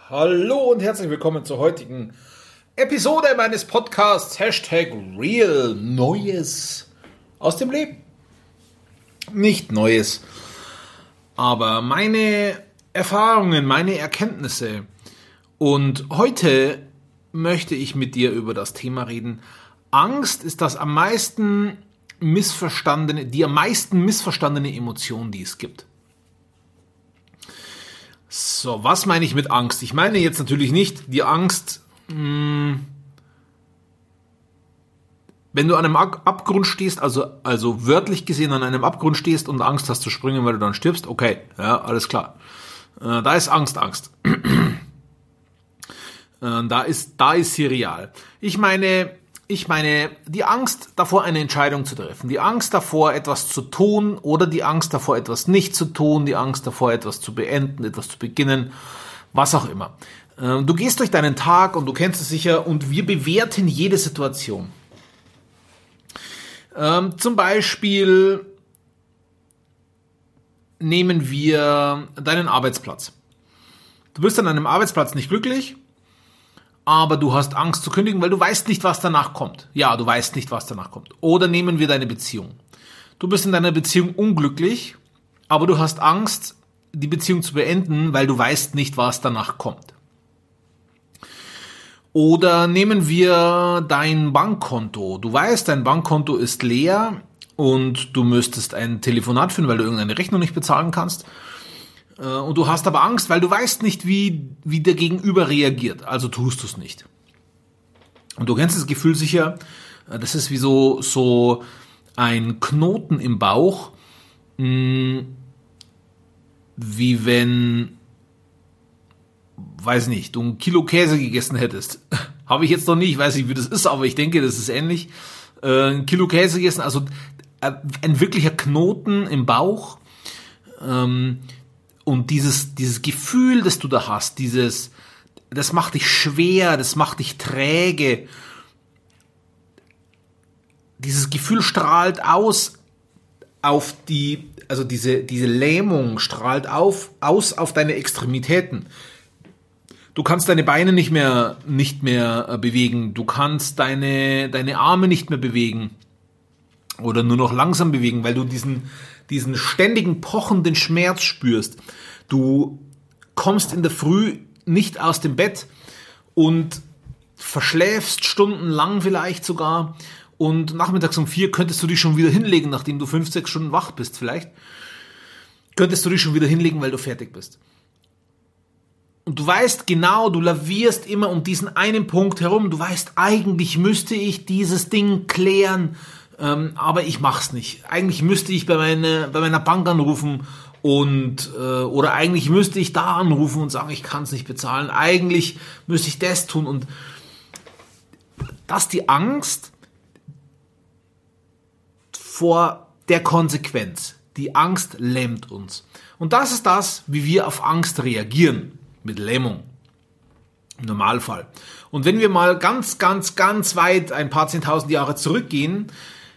Hallo und herzlich willkommen zur heutigen Episode meines Podcasts #Real Neues aus dem Leben. Nicht Neues, aber meine Erfahrungen, meine Erkenntnisse. Und heute möchte ich mit dir über das Thema reden. Angst ist die am meisten missverstandene Emotion, die es gibt. So, was meine ich mit Angst? Ich meine jetzt natürlich nicht die Angst, wenn du an einem Abgrund stehst, also wörtlich gesehen an einem Abgrund stehst und Angst hast zu springen, weil du dann stirbst, okay, ja, alles klar. Da ist Angst. Da ist sie real. Ich meine die Angst davor, eine Entscheidung zu treffen, die Angst davor, etwas zu tun oder die Angst davor, etwas nicht zu tun, die Angst davor, etwas zu beenden, etwas zu beginnen, was auch immer. Du gehst durch deinen Tag und du kennst es sicher und wir bewerten jede Situation. Zum Beispiel nehmen wir deinen Arbeitsplatz. Du bist an deinem Arbeitsplatz nicht glücklich, aber du hast Angst zu kündigen, weil du weißt nicht, was danach kommt. Ja, du weißt nicht, was danach kommt. Oder nehmen wir deine Beziehung. Du bist in deiner Beziehung unglücklich, aber du hast Angst, die Beziehung zu beenden, weil du weißt nicht, was danach kommt. Oder nehmen wir dein Bankkonto. Du weißt, dein Bankkonto ist leer und du müsstest ein Telefonat führen, weil du irgendeine Rechnung nicht bezahlen kannst. Und du hast aber Angst, weil du weißt nicht, wie der Gegenüber reagiert. Also tust du es nicht. Und du kennst das Gefühl sicher, das ist wie so ein Knoten im Bauch, wie wenn, weiß nicht, du 1 Kilo Käse gegessen hättest. Habe ich jetzt noch nicht, ich weiß nicht, wie das ist, aber ich denke, das ist ähnlich. 1 Kilo Käse gegessen, also ein wirklicher Knoten im Bauch. Und dieses Gefühl, das du da hast, das macht dich schwer, das macht dich träge. Dieses Gefühl strahlt aus auf diese Lähmung strahlt aus auf deine Extremitäten. Du kannst deine Beine nicht mehr bewegen, du kannst deine Arme nicht mehr bewegen oder nur noch langsam bewegen, weil du diesen ständigen pochenden Schmerz spürst. Du kommst in der Früh nicht aus dem Bett und verschläfst stundenlang vielleicht sogar und nachmittags um 4 könntest du dich schon wieder hinlegen, nachdem du 5-6 Stunden wach bist vielleicht. Könntest du dich schon wieder hinlegen, weil du fertig bist. Und du weißt genau, du lavierst immer um diesen einen Punkt herum. Du weißt, eigentlich müsste ich dieses Ding klären, aber ich mach's nicht. Eigentlich müsste ich bei meiner Bank anrufen oder eigentlich müsste ich da anrufen und sagen, ich kann es nicht bezahlen. Eigentlich müsste ich das tun und das ist die Angst vor der Konsequenz. Die Angst lähmt uns. Und das ist das, wie wir auf Angst reagieren. Mit Lähmung. Im Normalfall. Und wenn wir mal ganz, ganz, ganz weit ein paar 10.000 Jahre zurückgehen,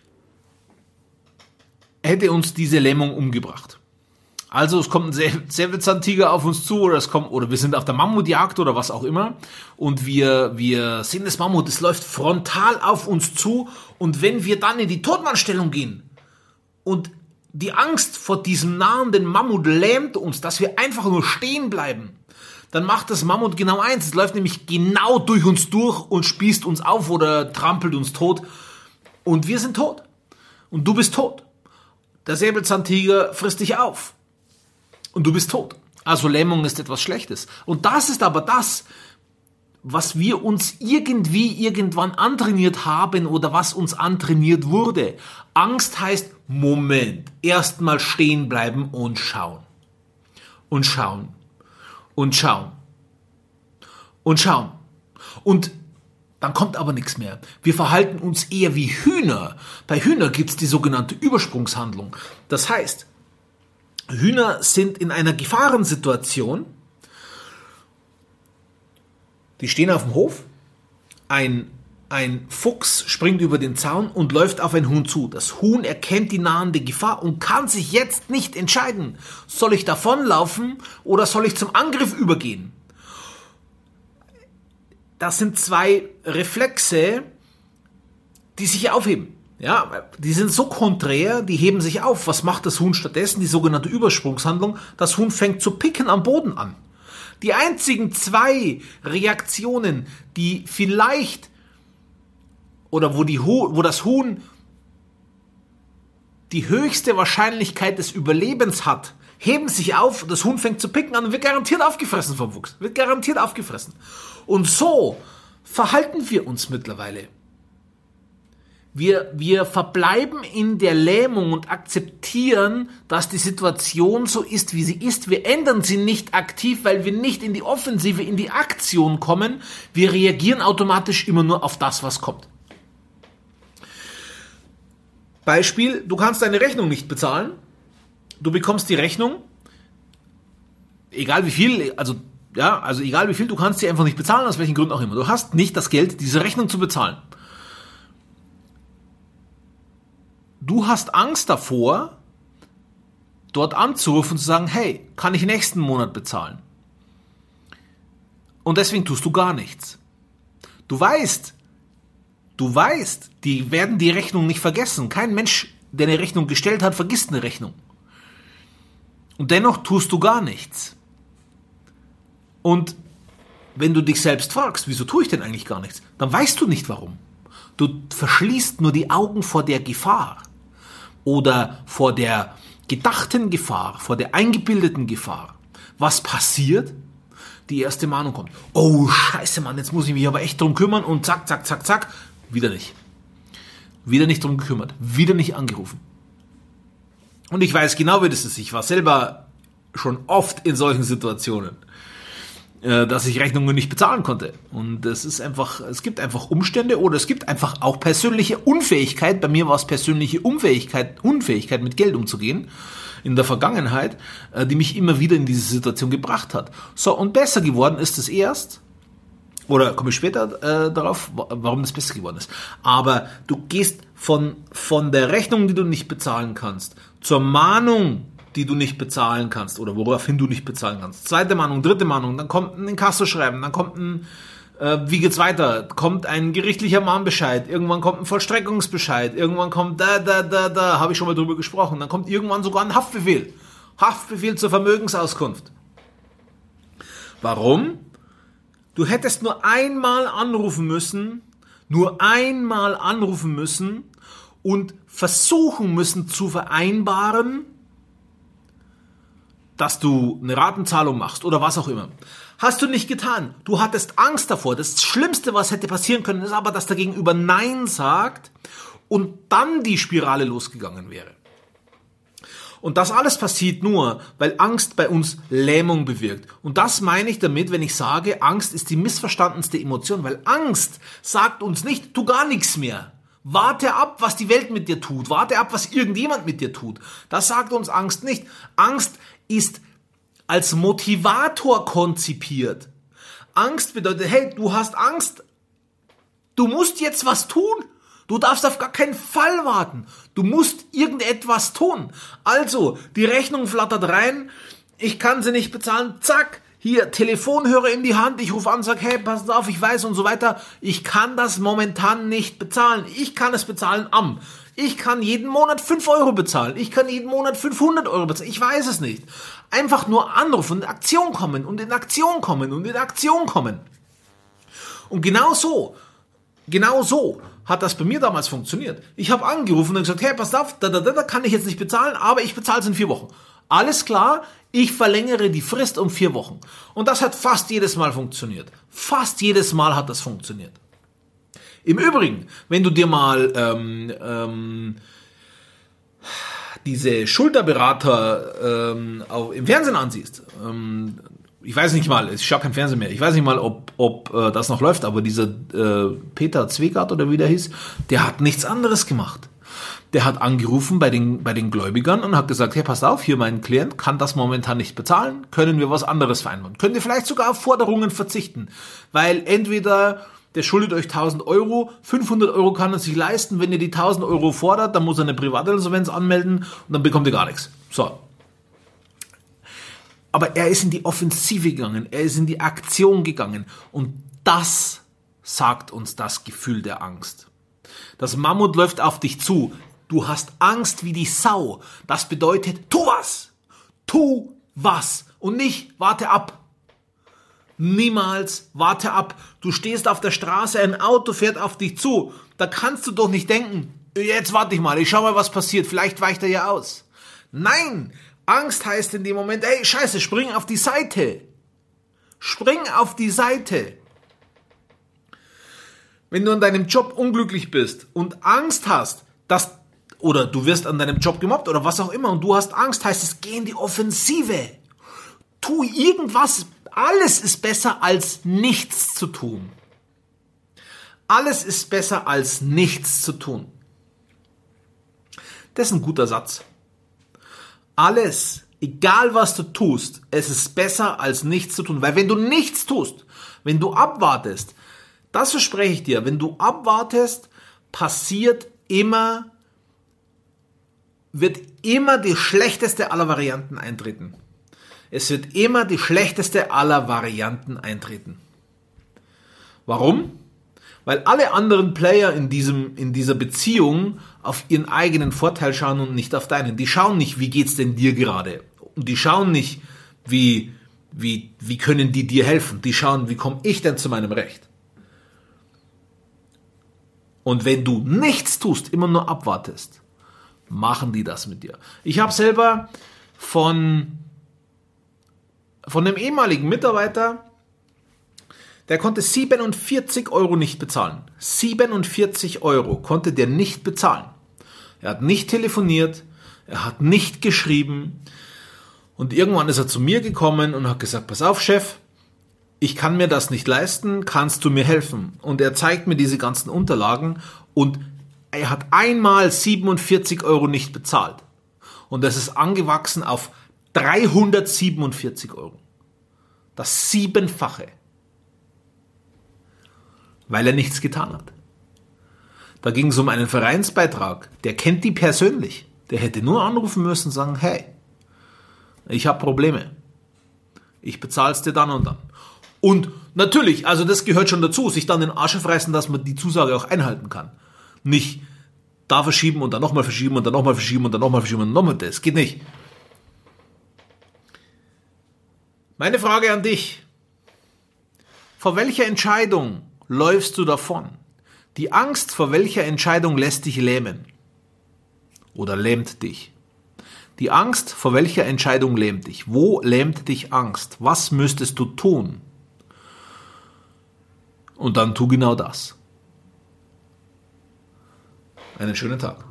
hätte uns diese Lähmung umgebracht. Also es kommt ein Säbelzahntiger auf uns zu oder wir sind auf der Mammutjagd oder was auch immer und wir sehen das Mammut, es läuft frontal auf uns zu und wenn wir dann in die Todmannstellung gehen und die Angst vor diesem nahenden Mammut lähmt uns, dass wir einfach nur stehen bleiben, dann macht das Mammut genau eins, es läuft nämlich genau durch uns durch und spießt uns auf oder trampelt uns tot und wir sind tot und du bist tot. Der Säbelzahntiger frisst dich auf und du bist tot. Also Lähmung ist etwas Schlechtes. Und das ist aber das, was wir uns irgendwann antrainiert haben oder was uns antrainiert wurde. Angst heißt, Moment, erstmal stehen bleiben und schauen. Und schauen. Und schauen. Und schauen. Und dann kommt aber nichts mehr. Wir verhalten uns eher wie Hühner. Bei Hühnern gibt es die sogenannte Übersprungshandlung. Das heißt, Hühner sind in einer Gefahrensituation. Die stehen auf dem Hof. Ein Fuchs springt über den Zaun und läuft auf ein Huhn zu. Das Huhn erkennt die nahende Gefahr und kann sich jetzt nicht entscheiden. Soll ich davonlaufen oder soll ich zum Angriff übergehen? das sind zwei Reflexe, die sich aufheben. Ja, die sind so konträr, die heben sich auf. Was macht das Huhn stattdessen? Die sogenannte Übersprungshandlung. Das Huhn fängt zu picken am Boden an. Die einzigen zwei Reaktionen, die vielleicht oder wo das Huhn die höchste Wahrscheinlichkeit des Überlebens hat, heben sich auf, das Huhn fängt zu picken an und wird garantiert aufgefressen vom Wuchs. Wird garantiert aufgefressen. Und so verhalten wir uns mittlerweile. Wir verbleiben in der Lähmung und akzeptieren, dass die Situation so ist, wie sie ist. Wir ändern sie nicht aktiv, weil wir nicht in die Offensive, in die Aktion kommen. Wir reagieren automatisch immer nur auf das, was kommt. Beispiel, du kannst deine Rechnung nicht bezahlen. Du bekommst die Rechnung, egal wie viel, also egal wie viel, du kannst sie einfach nicht bezahlen, aus welchen Gründen auch immer. Du hast nicht das Geld, diese Rechnung zu bezahlen. Du hast Angst davor, dort anzurufen und zu sagen, hey, kann ich nächsten Monat bezahlen? Und deswegen tust du gar nichts. Du weißt, die werden die Rechnung nicht vergessen. Kein Mensch, der eine Rechnung gestellt hat, vergisst eine Rechnung. Und dennoch tust du gar nichts. Und wenn du dich selbst fragst, wieso tue ich denn eigentlich gar nichts, dann weißt du nicht warum. Du verschließt nur die Augen vor der Gefahr oder vor der gedachten Gefahr, vor der eingebildeten Gefahr. Was passiert? Die erste Mahnung kommt. Oh, scheiße, Mann, jetzt muss ich mich aber echt drum kümmern und zack, zack, zack, zack. Wieder nicht. Wieder nicht drum gekümmert. Wieder nicht angerufen. Und ich weiß genau, wie das ist. Ich war selber schon oft in solchen Situationen, dass ich Rechnungen nicht bezahlen konnte. Und es gibt einfach Umstände oder es gibt einfach auch persönliche Unfähigkeit. Bei mir war es persönliche Unfähigkeit mit Geld umzugehen in der Vergangenheit, die mich immer wieder in diese Situation gebracht hat. So, und besser geworden ist es erst, oder komme ich später darauf, warum das besser geworden ist. Aber du gehst von der Rechnung, die du nicht bezahlen kannst, zur Mahnung, die du nicht bezahlen kannst oder woraufhin du nicht bezahlen kannst. Zweite Mahnung, dritte Mahnung, dann kommt ein Inkassoschreiben, dann kommt wie geht's weiter? Kommt ein gerichtlicher Mahnbescheid, irgendwann kommt ein Vollstreckungsbescheid, irgendwann kommt da, habe ich schon mal drüber gesprochen, dann kommt irgendwann sogar ein Haftbefehl. Haftbefehl zur Vermögensauskunft. Warum? Du hättest nur einmal anrufen müssen und versuchen müssen zu vereinbaren, dass du eine Ratenzahlung machst oder was auch immer. Hast du nicht getan. Du hattest Angst davor. Das Schlimmste, was hätte passieren können, ist aber, dass der Gegenüber Nein sagt und dann die Spirale losgegangen wäre. Und das alles passiert nur, weil Angst bei uns Lähmung bewirkt. Und das meine ich damit, wenn ich sage, Angst ist die missverstandenste Emotion, weil Angst sagt uns nicht, tu gar nichts mehr. Warte ab, was die Welt mit dir tut. Warte ab, was irgendjemand mit dir tut. Das sagt uns Angst nicht. Angst ist als Motivator konzipiert. Angst bedeutet, hey, du hast Angst, du musst jetzt was tun. Du darfst auf gar keinen Fall warten. Du musst irgendetwas tun. Also, die Rechnung flattert rein, ich kann sie nicht bezahlen, zack, hier, Telefonhörer in die Hand, ich rufe an, sage, hey, pass auf, ich weiß und so weiter. Ich kann das momentan nicht bezahlen. Ich kann es bezahlen Ich kann jeden Monat 5 Euro bezahlen. Ich kann jeden Monat 500 Euro bezahlen. Ich weiß es nicht. Einfach nur anrufen und in Aktion kommen und in Aktion kommen und in Aktion kommen. Und genau so hat das bei mir damals funktioniert. Ich habe angerufen und gesagt, hey, pass auf, da kann ich jetzt nicht bezahlen, aber ich bezahle es in 4 Wochen. Alles klar, ich verlängere die Frist um 4 Wochen. Und das hat fast jedes Mal funktioniert. Fast jedes Mal hat das funktioniert. Im Übrigen, wenn du dir mal diese Schulterberater im Fernsehen ansiehst, ich weiß nicht mal, ich schaue kein Fernsehen mehr, ich weiß nicht mal, ob das noch läuft, aber dieser Peter Zwegart oder wie der hieß, der hat nichts anderes gemacht. Der hat angerufen bei den Gläubigern und hat gesagt, hey, pass auf, hier mein Klient kann das momentan nicht bezahlen, können wir was anderes vereinbaren? Können wir vielleicht sogar auf Forderungen verzichten? Weil entweder der schuldet euch 1.000 Euro, 500 Euro kann er sich leisten, wenn ihr die 1.000 Euro fordert, dann muss er eine Privatinsolvenz anmelden und dann bekommt ihr gar nichts. So. Aber er ist in die Offensive gegangen, er ist in die Aktion gegangen und das sagt uns das Gefühl der Angst. Das Mammut läuft auf dich zu. Du hast Angst wie die Sau. Das bedeutet, tu was. Tu was. Und nicht, warte ab. Niemals warte ab. Du stehst auf der Straße, ein Auto fährt auf dich zu. Da kannst du doch nicht denken, jetzt warte ich mal, ich schau mal, was passiert. Vielleicht weicht er ja aus. Nein, Angst heißt in dem Moment, ey, scheiße, spring auf die Seite. Spring auf die Seite. Wenn du an deinem Job unglücklich bist und Angst hast, oder du wirst an deinem Job gemobbt oder was auch immer und du hast Angst, heißt es, geh in die Offensive. Tu irgendwas. Alles ist besser als nichts zu tun. Alles ist besser als nichts zu tun. Das ist ein guter Satz. Alles, egal was du tust, es ist besser als nichts zu tun. Weil wenn du nichts tust, wenn du abwartest, das verspreche ich dir, wenn du abwartest, wird immer die schlechteste aller Varianten eintreten. Es wird immer die schlechteste aller Varianten eintreten. Warum? Weil alle anderen Player in dieser Beziehung auf ihren eigenen Vorteil schauen und nicht auf deinen. Die schauen nicht, wie geht's denn dir gerade? Und die schauen nicht, wie können die dir helfen? Die schauen, wie komme ich denn zu meinem Recht? Und wenn du nichts tust, immer nur abwartest, machen die das mit dir. Ich habe selber von einem ehemaligen Mitarbeiter, der konnte 47 € nicht bezahlen. 47 € konnte der nicht bezahlen. Er hat nicht telefoniert, er hat nicht geschrieben und irgendwann ist er zu mir gekommen und hat gesagt, pass auf Chef, ich kann mir das nicht leisten, kannst du mir helfen? Und er zeigt mir diese ganzen Unterlagen und er hat einmal 47 € nicht bezahlt. Und das ist angewachsen auf 347 €. Das 7-fache. Weil er nichts getan hat. Da ging es um einen Vereinsbeitrag. Der kennt die persönlich. Der hätte nur anrufen müssen und sagen, hey, ich habe Probleme. Ich bezahle es dir dann und dann. Und natürlich, also das gehört schon dazu, sich dann den Arsch aufreißen, dass man die Zusage auch einhalten kann. Nicht da verschieben und dann nochmal verschieben und dann nochmal verschieben und dann nochmal verschieben und nochmal. Das geht nicht. Meine Frage an dich. Vor welcher Entscheidung läufst du davon? Die Angst vor welcher Entscheidung lässt dich lähmen? Oder lähmt dich? Die Angst vor welcher Entscheidung lähmt dich? Wo lähmt dich Angst? Was müsstest du tun? Und dann tu genau das. Einen schönen Tag.